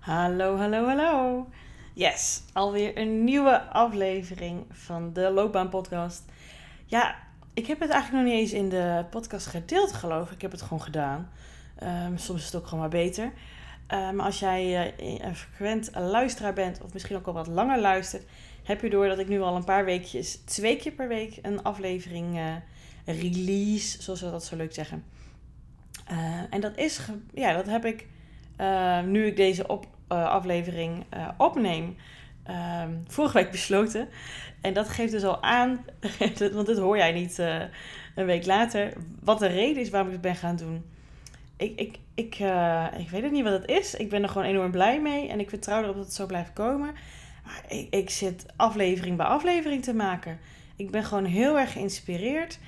Hallo, hallo, hallo. Yes, alweer een nieuwe aflevering van de Loopbaan-podcast. Ja, ik heb het eigenlijk nog niet eens in de podcast gedeeld, geloof ik. Ik heb het gewoon gedaan. Soms is het ook gewoon maar beter. Maar als jij een frequent luisteraar bent, of misschien ook al wat langer luistert, heb je door dat ik nu al een paar weekjes, 2 keer per week, een aflevering release, zoals we dat zo leuk zeggen. En dat is, dat heb ik nu ik deze aflevering opneem, vorige week besloten. En dat geeft dus al aan, want dit hoor jij niet een week later, wat de reden is waarom ik het ben gaan doen. Ik weet het niet wat het is. Ik ben er gewoon enorm blij mee en ik vertrouw erop dat het zo blijft komen. Maar ik zit aflevering bij aflevering te maken. Ik ben gewoon heel erg geïnspireerd.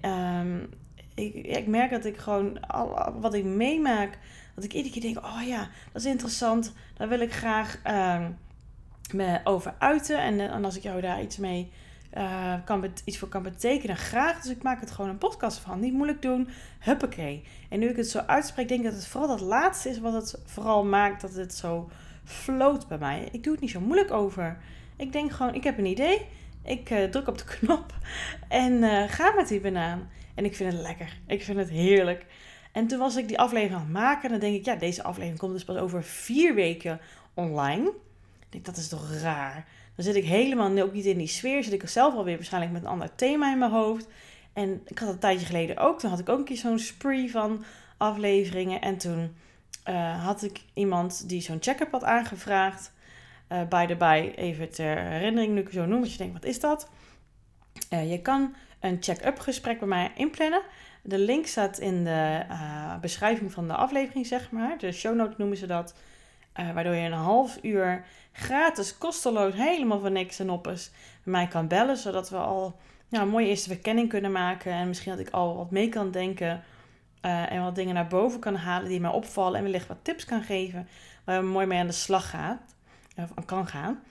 Ik merk dat ik gewoon wat ik meemaak, dat ik iedere keer denk, oh ja, dat is interessant. Daar wil ik graag me over uiten. En als ik jou daar iets mee iets voor kan betekenen, graag. Dus ik maak het gewoon een podcast van. Niet moeilijk doen, huppakee. En nu ik het zo uitspreek, denk ik dat het vooral dat laatste is wat het vooral maakt dat het zo float bij mij. Ik doe het niet zo moeilijk over. Ik denk gewoon, ik heb een idee. Ik druk op de knop en ga met die banaan. En ik vind het lekker. Ik vind het heerlijk. En toen was ik die aflevering aan het maken. En dan denk ik, ja, deze aflevering komt dus pas over 4 weken online. Ik denk, dat is toch raar. Dan zit ik helemaal ook niet in die sfeer. Zit ik zelf alweer waarschijnlijk met een ander thema in mijn hoofd. En ik had het een tijdje geleden ook. Toen had ik ook een keer zo'n spree van afleveringen. En toen had ik iemand die zo'n check-up had aangevraagd. By the by, even ter herinnering, nu ik het zo noem. Dat je denkt, wat is dat? Je kan een check-up gesprek bij mij inplannen. De link staat in de beschrijving van de aflevering, zeg maar. De show note noemen ze dat. Waardoor je een half uur gratis, kosteloos, helemaal voor niks en oppes bij mij kan bellen. Zodat we al een mooie eerste verkenning kunnen maken. En misschien dat ik al wat mee kan denken. En wat dingen naar boven kan halen die mij opvallen. En wellicht wat tips kan geven. Waar we mooi mee aan de slag kan gaan.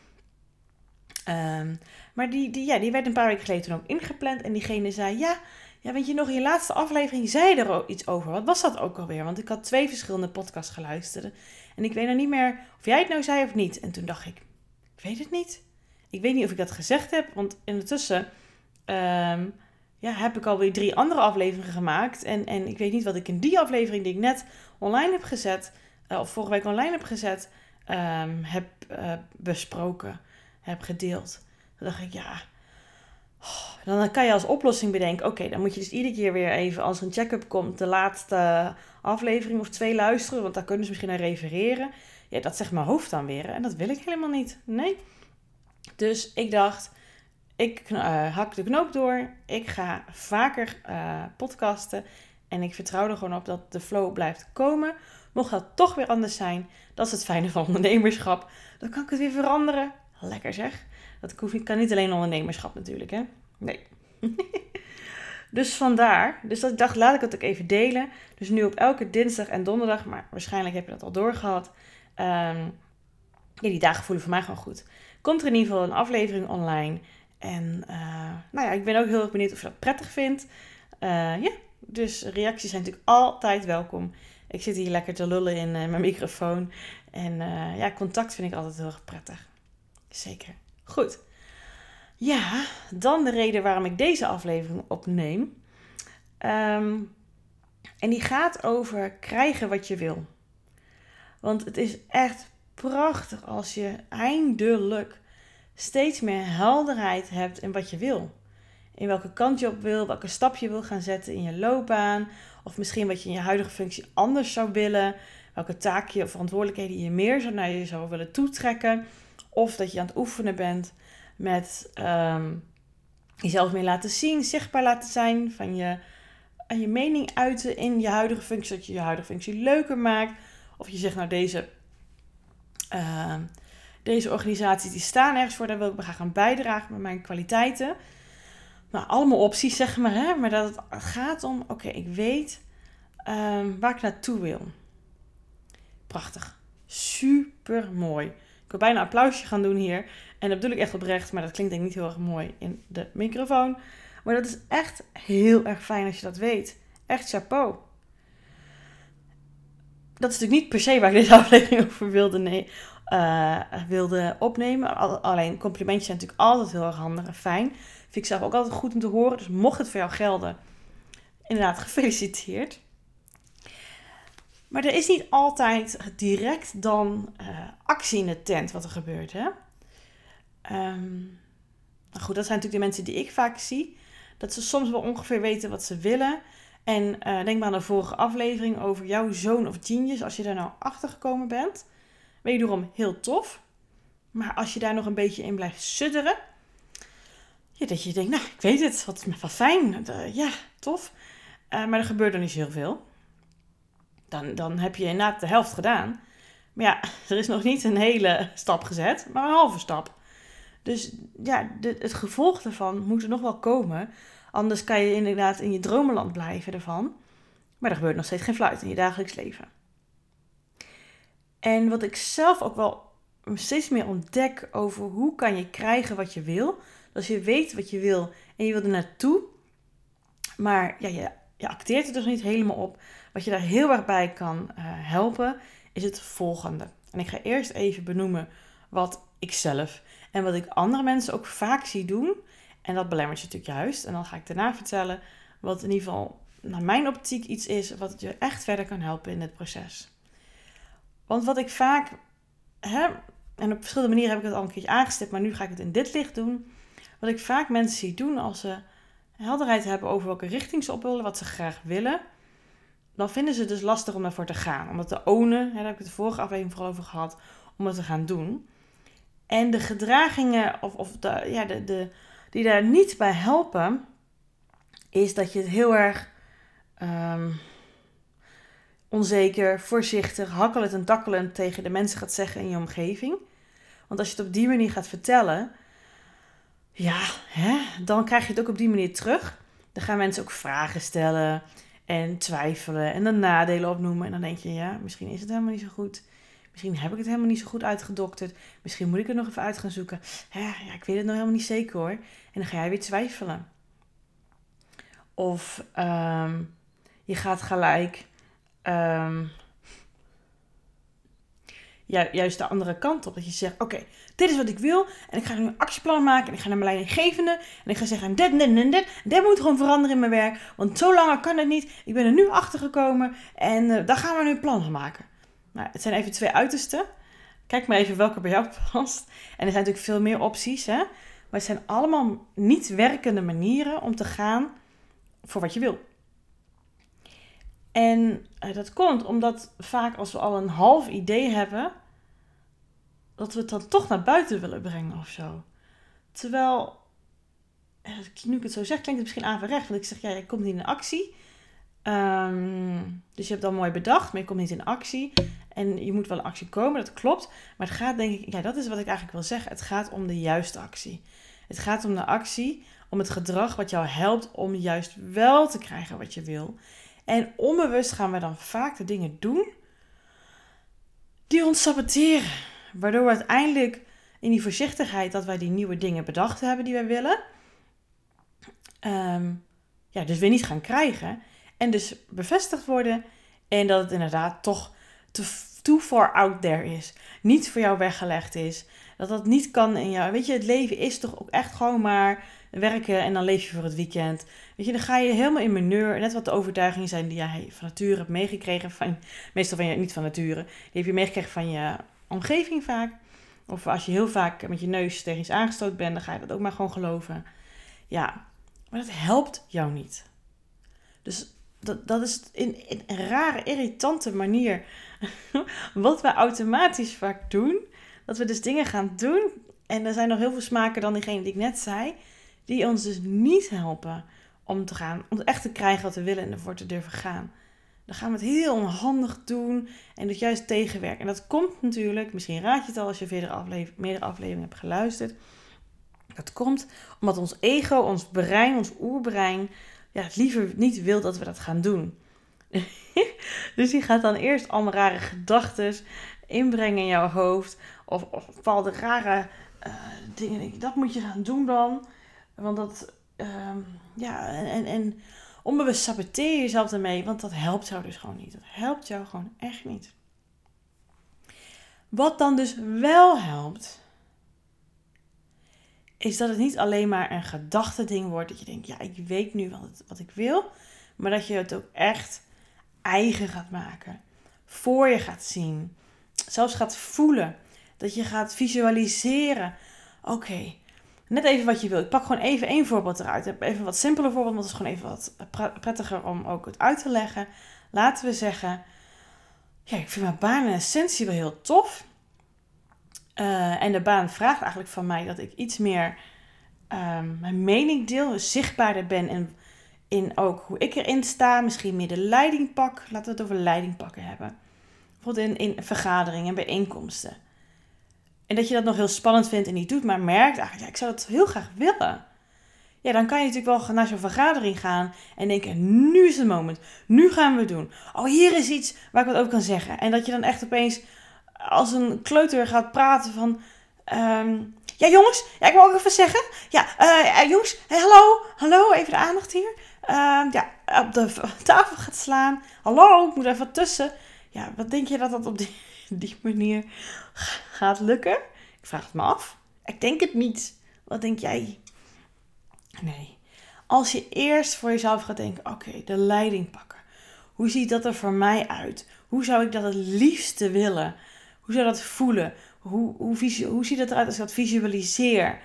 Maar die werd een paar weken geleden toen ook ingepland. En diegene zei, ja, weet je nog, in je laatste aflevering zei je er iets over. Wat was dat ook alweer? Want ik had 2 verschillende podcasts geluisterd. En ik weet nog niet meer of jij het nou zei of niet. En toen dacht ik weet het niet. Ik weet niet of ik dat gezegd heb. Want ondertussen heb ik alweer 3 andere afleveringen gemaakt. En ik weet niet wat ik in die aflevering die ik net online heb gezet, of vorige week online heb gezet, heb besproken, heb gedeeld. Dan dacht ik, dan kan je als oplossing bedenken, oké, dan moet je dus iedere keer weer even, als er een check-up komt, de laatste aflevering of 2 luisteren, want daar kunnen ze misschien naar refereren. Ja, dat zegt mijn hoofd dan weer en dat wil ik helemaal niet. Nee. Dus ik dacht, ik hak de knoop door, ik ga vaker podcasten en ik vertrouw er gewoon op dat de flow blijft komen. Mocht dat toch weer anders zijn, dat is het fijne van ondernemerschap. Dan kan ik het weer veranderen. Lekker zeg. Dat kan niet alleen ondernemerschap natuurlijk, hè? Nee. Dus vandaar. Dus dat ik dacht, laat ik het ook even delen. Dus nu op elke dinsdag en donderdag, maar waarschijnlijk heb je dat al doorgehad. Die dagen voelen voor mij gewoon goed. Komt er in ieder geval een aflevering online. En ik ben ook heel erg benieuwd of je dat prettig vindt. Dus reacties zijn natuurlijk altijd welkom. Ik zit hier lekker te lullen in mijn microfoon. En contact vind ik altijd heel erg prettig. Zeker. Goed. Ja, dan de reden waarom ik deze aflevering opneem. En die gaat over krijgen wat je wil. Want het is echt prachtig als je eindelijk steeds meer helderheid hebt in wat je wil. In welke kant je op wil, welke stap je wil gaan zetten in je loopbaan. Of misschien wat je in je huidige functie anders zou willen. Welke taken of verantwoordelijkheden je meer naar je zou willen toetrekken. Of dat je aan het oefenen bent met jezelf meer laten zien, zichtbaar laten zijn. Van je mening uiten in je huidige functie. Dat je je huidige functie leuker maakt. Of je zegt nou deze organisaties die staan ergens voor. Daar wil ik graag aan bijdragen met mijn kwaliteiten. Nou, allemaal opties zeg maar. Hè? Maar dat het gaat om, oké, ik weet waar ik naartoe wil. Prachtig. Super mooi. Ik wil bijna een applausje gaan doen hier. En dat bedoel ik echt oprecht. Maar dat klinkt denk ik niet heel erg mooi in de microfoon. Maar dat is echt heel erg fijn als je dat weet. Echt chapeau. dat is natuurlijk niet per se waar ik deze aflevering over wilde opnemen. Alleen complimentjes zijn natuurlijk altijd heel erg handig en fijn. Vind ik zelf ook altijd goed om te horen. Dus mocht het voor jou gelden, inderdaad gefeliciteerd. Maar er is niet altijd direct dan actie in de tent wat er gebeurt. Hè? Nou goed, dat zijn natuurlijk de mensen die ik vaak zie. Dat ze soms wel ongeveer weten wat ze willen. En denk maar aan de vorige aflevering over jouw zoon of genius. Als je daar nou achter gekomen bent. Wederom heel tof. Maar als je daar nog een beetje in blijft sudderen. Ja, dat je denkt, nou, ik weet het. Wat fijn. Ja, tof. Maar er gebeurt er niet zo heel veel. Dan heb je inderdaad de helft gedaan. Maar ja, er is nog niet een hele stap gezet. Maar een halve stap. Dus ja, het gevolg daarvan moet er nog wel komen. Anders kan je inderdaad in je dromenland blijven ervan. Maar er gebeurt nog steeds geen fluit in je dagelijks leven. En wat ik zelf ook wel steeds meer ontdek over hoe kan je krijgen wat je wil. Als je weet wat je wil en je wil er naartoe. Maar ja, je acteert er dus niet helemaal op. Wat je daar heel erg bij kan helpen is het volgende. En ik ga eerst even benoemen wat ik zelf en wat ik andere mensen ook vaak zie doen. En dat belemmert je natuurlijk juist. En dan ga ik daarna vertellen wat in ieder geval naar mijn optiek iets is wat je echt verder kan helpen in dit proces. Want wat ik vaak heb, en op verschillende manieren heb ik het al een keertje aangestipt, maar nu ga ik het in dit licht doen. Wat ik vaak mensen zie doen als ze helderheid hebben over welke richting ze op willen, wat ze graag willen, dan vinden ze het dus lastig om daarvoor te gaan. Om dat te ownen, daar heb ik het de vorige aflevering vooral over gehad, om het te gaan doen. En de gedragingen die daar niet bij helpen, is dat je het heel erg onzeker, voorzichtig, hakkelend en dakkelend tegen de mensen gaat zeggen in je omgeving. Want als je het op die manier gaat vertellen, dan krijg je het ook op die manier terug. Dan gaan mensen ook vragen stellen en twijfelen en dan nadelen opnoemen. En dan denk je, ja, misschien is het helemaal niet zo goed. Misschien heb ik het helemaal niet zo goed uitgedokterd. Misschien moet ik het nog even uit gaan zoeken. Ja, ik weet het nog helemaal niet zeker hoor. En dan ga jij weer twijfelen. Of je gaat gelijk juist de andere kant op. Dat je zegt, oké, dit is wat ik wil. En ik ga nu een actieplan maken. En ik ga naar mijn leidinggevende. En ik ga zeggen, dit en dit. Dit moet gewoon veranderen in mijn werk. Want zo langer kan het niet. Ik ben er nu achter gekomen. En daar gaan we nu een plan van maken. Nou, het zijn even 2 uitersten. Kijk maar even welke bij jou past. En er zijn natuurlijk veel meer opties. Hè? Maar het zijn allemaal niet werkende manieren om te gaan voor wat je wil. En dat komt omdat vaak als we al een half idee hebben, dat we het dan toch naar buiten willen brengen of zo. Terwijl, nu ik het zo zeg, klinkt het misschien averecht. Want ik zeg, je komt niet in actie. Dus je hebt dan mooi bedacht, maar je komt niet in actie. En je moet wel in actie komen, dat klopt. Maar het gaat denk ik, dat is wat ik eigenlijk wil zeggen. Het gaat om de juiste actie. Het gaat om de actie, om het gedrag wat jou helpt om juist wel te krijgen wat je wil. En onbewust gaan we dan vaak de dingen doen die ons saboteren. Waardoor we uiteindelijk in die voorzichtigheid dat wij die nieuwe dingen bedacht hebben die wij willen. Dus weer niet gaan krijgen. En dus bevestigd worden. En dat het inderdaad toch too far out there is. Niet voor jou weggelegd is. Dat dat niet kan in jou. Weet je, het leven is toch ook echt gewoon maar werken en dan leef je voor het weekend. Weet je, dan ga je helemaal in mineur. Net wat de overtuigingen zijn die jij van nature hebt meegekregen. Meestal van je, niet van nature. Die heb je meegekregen van je omgeving vaak. Of als je heel vaak met je neus tegen iets aangestoot bent, dan ga je dat ook maar gewoon geloven. Ja, maar dat helpt jou niet. Dus dat is in een rare, irritante manier wat we automatisch vaak doen. Dat we dus dingen gaan doen. En er zijn nog heel veel smaken dan diegene die ik net zei. Die ons dus niet helpen om te gaan. Om echt te krijgen wat we willen en ervoor te durven gaan. Dan gaan we het heel onhandig doen. En het juist tegenwerken. En dat komt natuurlijk, misschien raad je het al als je meerdere afleveringen hebt geluisterd. Dat komt omdat ons ego, ons brein, ons oerbrein, het liever niet wil dat we dat gaan doen. Dus die gaat dan eerst allemaal rare gedachten inbrengen in jouw hoofd. Of bepaalde rare dingen. Dat moet je gaan doen dan. Want dat, en onbewust saboteer je jezelf ermee, want dat helpt jou dus gewoon niet. Dat helpt jou gewoon echt niet. Wat dan dus wel helpt, is dat het niet alleen maar een gedachteding wordt. Dat je denkt, ja, ik weet nu wat ik wil. Maar dat je het ook echt eigen gaat maken. Voor je gaat zien. Zelfs gaat voelen. Dat je gaat visualiseren. Oké, net even wat je wil. Ik pak gewoon even één voorbeeld eruit. Ik heb even een wat simpeler voorbeeld, want het is gewoon even wat prettiger om ook het uit te leggen. Laten we zeggen, ja, ik vind mijn baan in essentie wel heel tof. En de baan vraagt eigenlijk van mij dat ik iets meer mijn mening deel. Dus zichtbaarder ben in ook hoe ik erin sta. Misschien meer de leiding pak. Laten we het over leiding pakken hebben. Bijvoorbeeld in vergaderingen en bijeenkomsten. En dat je dat nog heel spannend vindt en niet doet. Maar merkt eigenlijk, ja, ik zou dat heel graag willen. Ja, dan kan je natuurlijk wel naar zo'n vergadering gaan. En denken, nu is het moment. Nu gaan we het doen. Oh, hier is iets waar ik wat over kan zeggen. En dat je dan echt opeens als een kleuter gaat praten van... ja jongens, ja, ik wil ook even zeggen. Ja, jongens, hey, hallo, even de aandacht hier. Ja, op de tafel gaat slaan. Hallo, ik moet even tussen. Ja, wat denk je dat op die manier gaat lukken? Ik vraag het me af. Ik denk het niet. Wat denk jij? Nee. Als je eerst voor jezelf gaat denken, oké, de leiding pakken. Hoe ziet dat er voor mij uit? Hoe zou ik dat het liefste willen? Hoe zou dat voelen? Hoe ziet het eruit als ik dat visualiseer?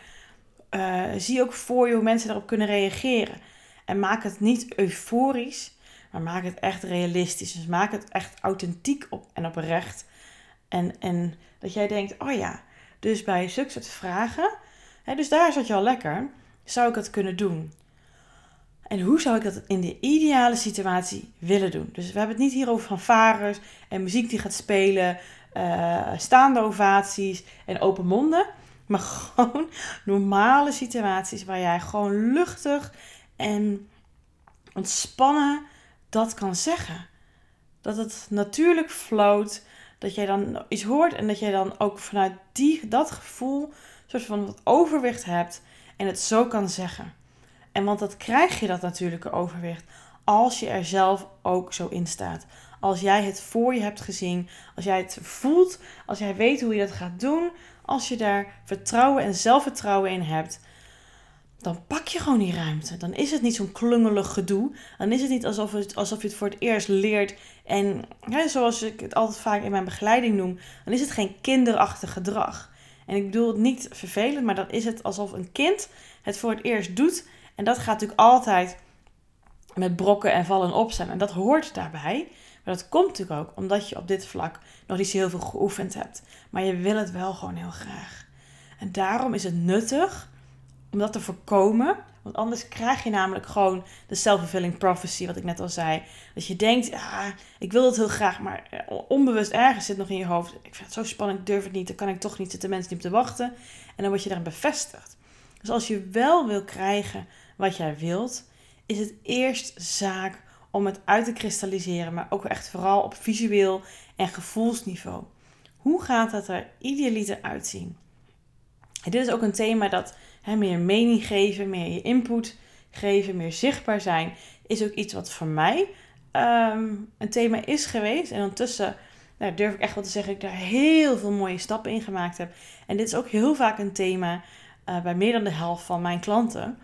Zie ook voor je hoe mensen daarop kunnen reageren. En maak het niet euforisch, maar maak het echt realistisch. Dus maak het echt authentiek en oprecht. En dat jij denkt, oh ja, dus bij zulke soort vragen, dus daar zat je al lekker, zou ik het kunnen doen? En hoe zou ik dat in de ideale situatie willen doen? Dus we hebben het niet hier over fanfares en muziek die gaat spelen, staande ovaties en open monden. Maar gewoon normale situaties waar jij gewoon luchtig en ontspannen dat kan zeggen. Dat het natuurlijk floot, dat jij dan iets hoort en dat jij dan ook vanuit dat gevoel een soort van wat overwicht hebt en het zo kan zeggen. En want dat krijg je dat natuurlijke overwicht als je er zelf ook zo in staat. Als jij het voor je hebt gezien, als jij het voelt, als jij weet hoe je dat gaat doen, als je daar vertrouwen en zelfvertrouwen in hebt, dan pak je gewoon die ruimte. Dan is het niet zo'n klungelig gedoe. Dan is het niet alsof je het voor het eerst leert. En zoals ik het altijd vaak in mijn begeleiding noem, dan is het geen kinderachtig gedrag. En ik bedoel het niet vervelend, maar dan is het alsof een kind het voor het eerst doet. En dat gaat natuurlijk altijd met brokken en vallen opstaan. En dat hoort daarbij. Maar dat komt natuurlijk ook omdat je op dit vlak nog niet zo heel veel geoefend hebt. Maar je wil het wel gewoon heel graag. En daarom is het nuttig om dat te voorkomen. Want anders krijg je namelijk gewoon de self-fulfilling prophecy, wat ik net al zei. Dat je denkt, ja, ik wil het heel graag, maar onbewust ergens zit nog in je hoofd. Ik vind het zo spannend, ik durf het niet, dan kan ik toch niet, zitten mensen niet op te wachten. En dan word je daarin bevestigd. Dus als je wel wil krijgen wat jij wilt, is het eerst zaak om het uit te kristalliseren, maar ook echt vooral op visueel en gevoelsniveau. Hoe gaat het er idealiter uitzien? En dit is ook een thema dat meer mening geven, meer je input geven, meer zichtbaar zijn, is ook iets wat voor mij een thema is geweest. En ondertussen durf ik echt wel te zeggen dat ik daar heel veel mooie stappen in gemaakt heb. En dit is ook heel vaak een thema bij meer dan de helft van mijn klanten.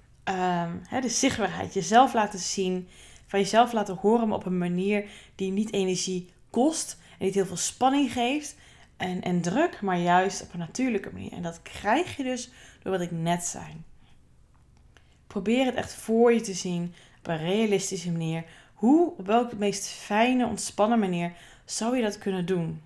De zichtbaarheid, jezelf laten zien, van jezelf laten horen, maar op een manier die niet energie kost en niet heel veel spanning geeft en druk, maar juist op een natuurlijke manier. En dat krijg je dus door wat ik net zei. Probeer het echt voor je te zien op een realistische manier. Op welke meest fijne, ontspannen manier zou je dat kunnen doen?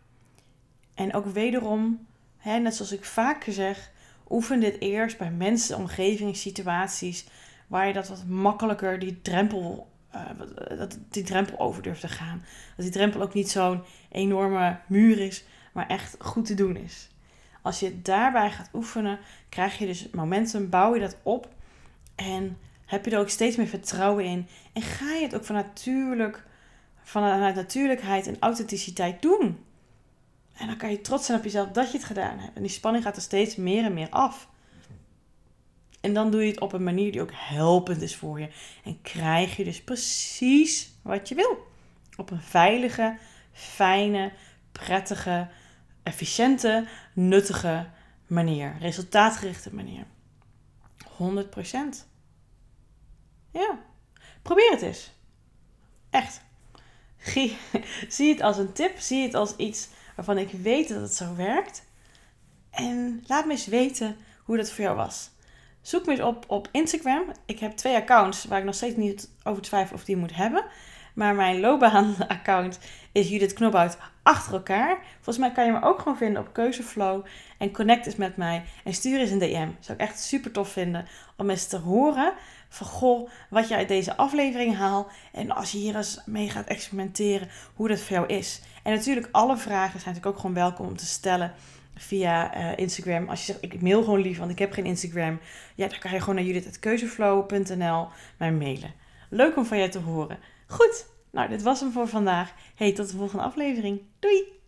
En ook wederom, net zoals ik vaker zeg, oefen dit eerst bij mensen, omgevingen, situaties waar je dat wat makkelijker die drempel over durft te gaan. Dat die drempel ook niet zo'n enorme muur is, maar echt goed te doen is. Als je daarbij gaat oefenen, krijg je dus het momentum, bouw je dat op en heb je er ook steeds meer vertrouwen in. En ga je het ook vanuit natuurlijkheid en authenticiteit doen. En dan kan je trots zijn op jezelf dat je het gedaan hebt. En die spanning gaat er steeds meer en meer af. En dan doe je het op een manier die ook helpend is voor je. En krijg je dus precies wat je wil. Op een veilige, fijne, prettige, efficiënte, nuttige manier. Resultaatgerichte manier. 100%. Ja. Probeer het eens. Echt. Zie het als een tip. Zie het als iets waarvan ik weet dat het zo werkt. En laat me eens weten hoe dat voor jou was. Zoek me eens op Instagram. Ik heb 2 accounts waar ik nog steeds niet over twijfel of die moet hebben. Maar mijn loopbaan-account is Judith Knobhout achter elkaar. Volgens mij kan je me ook gewoon vinden op Keuzeflow. En connect eens met mij. En stuur eens een DM. Dat zou ik echt super tof vinden om eens te horen van goh, wat je uit deze aflevering haalt. En als je hier eens mee gaat experimenteren, hoe dat voor jou is. En natuurlijk alle vragen zijn natuurlijk ook gewoon welkom om te stellen via Instagram. Als je zegt, ik mail gewoon lief, want ik heb geen Instagram. Ja, dan kan je gewoon naar judith@keuzeflow.nl mij mailen. Leuk om van jij te horen. Goed, nou dit was hem voor vandaag. Hey, tot de volgende aflevering. Doei!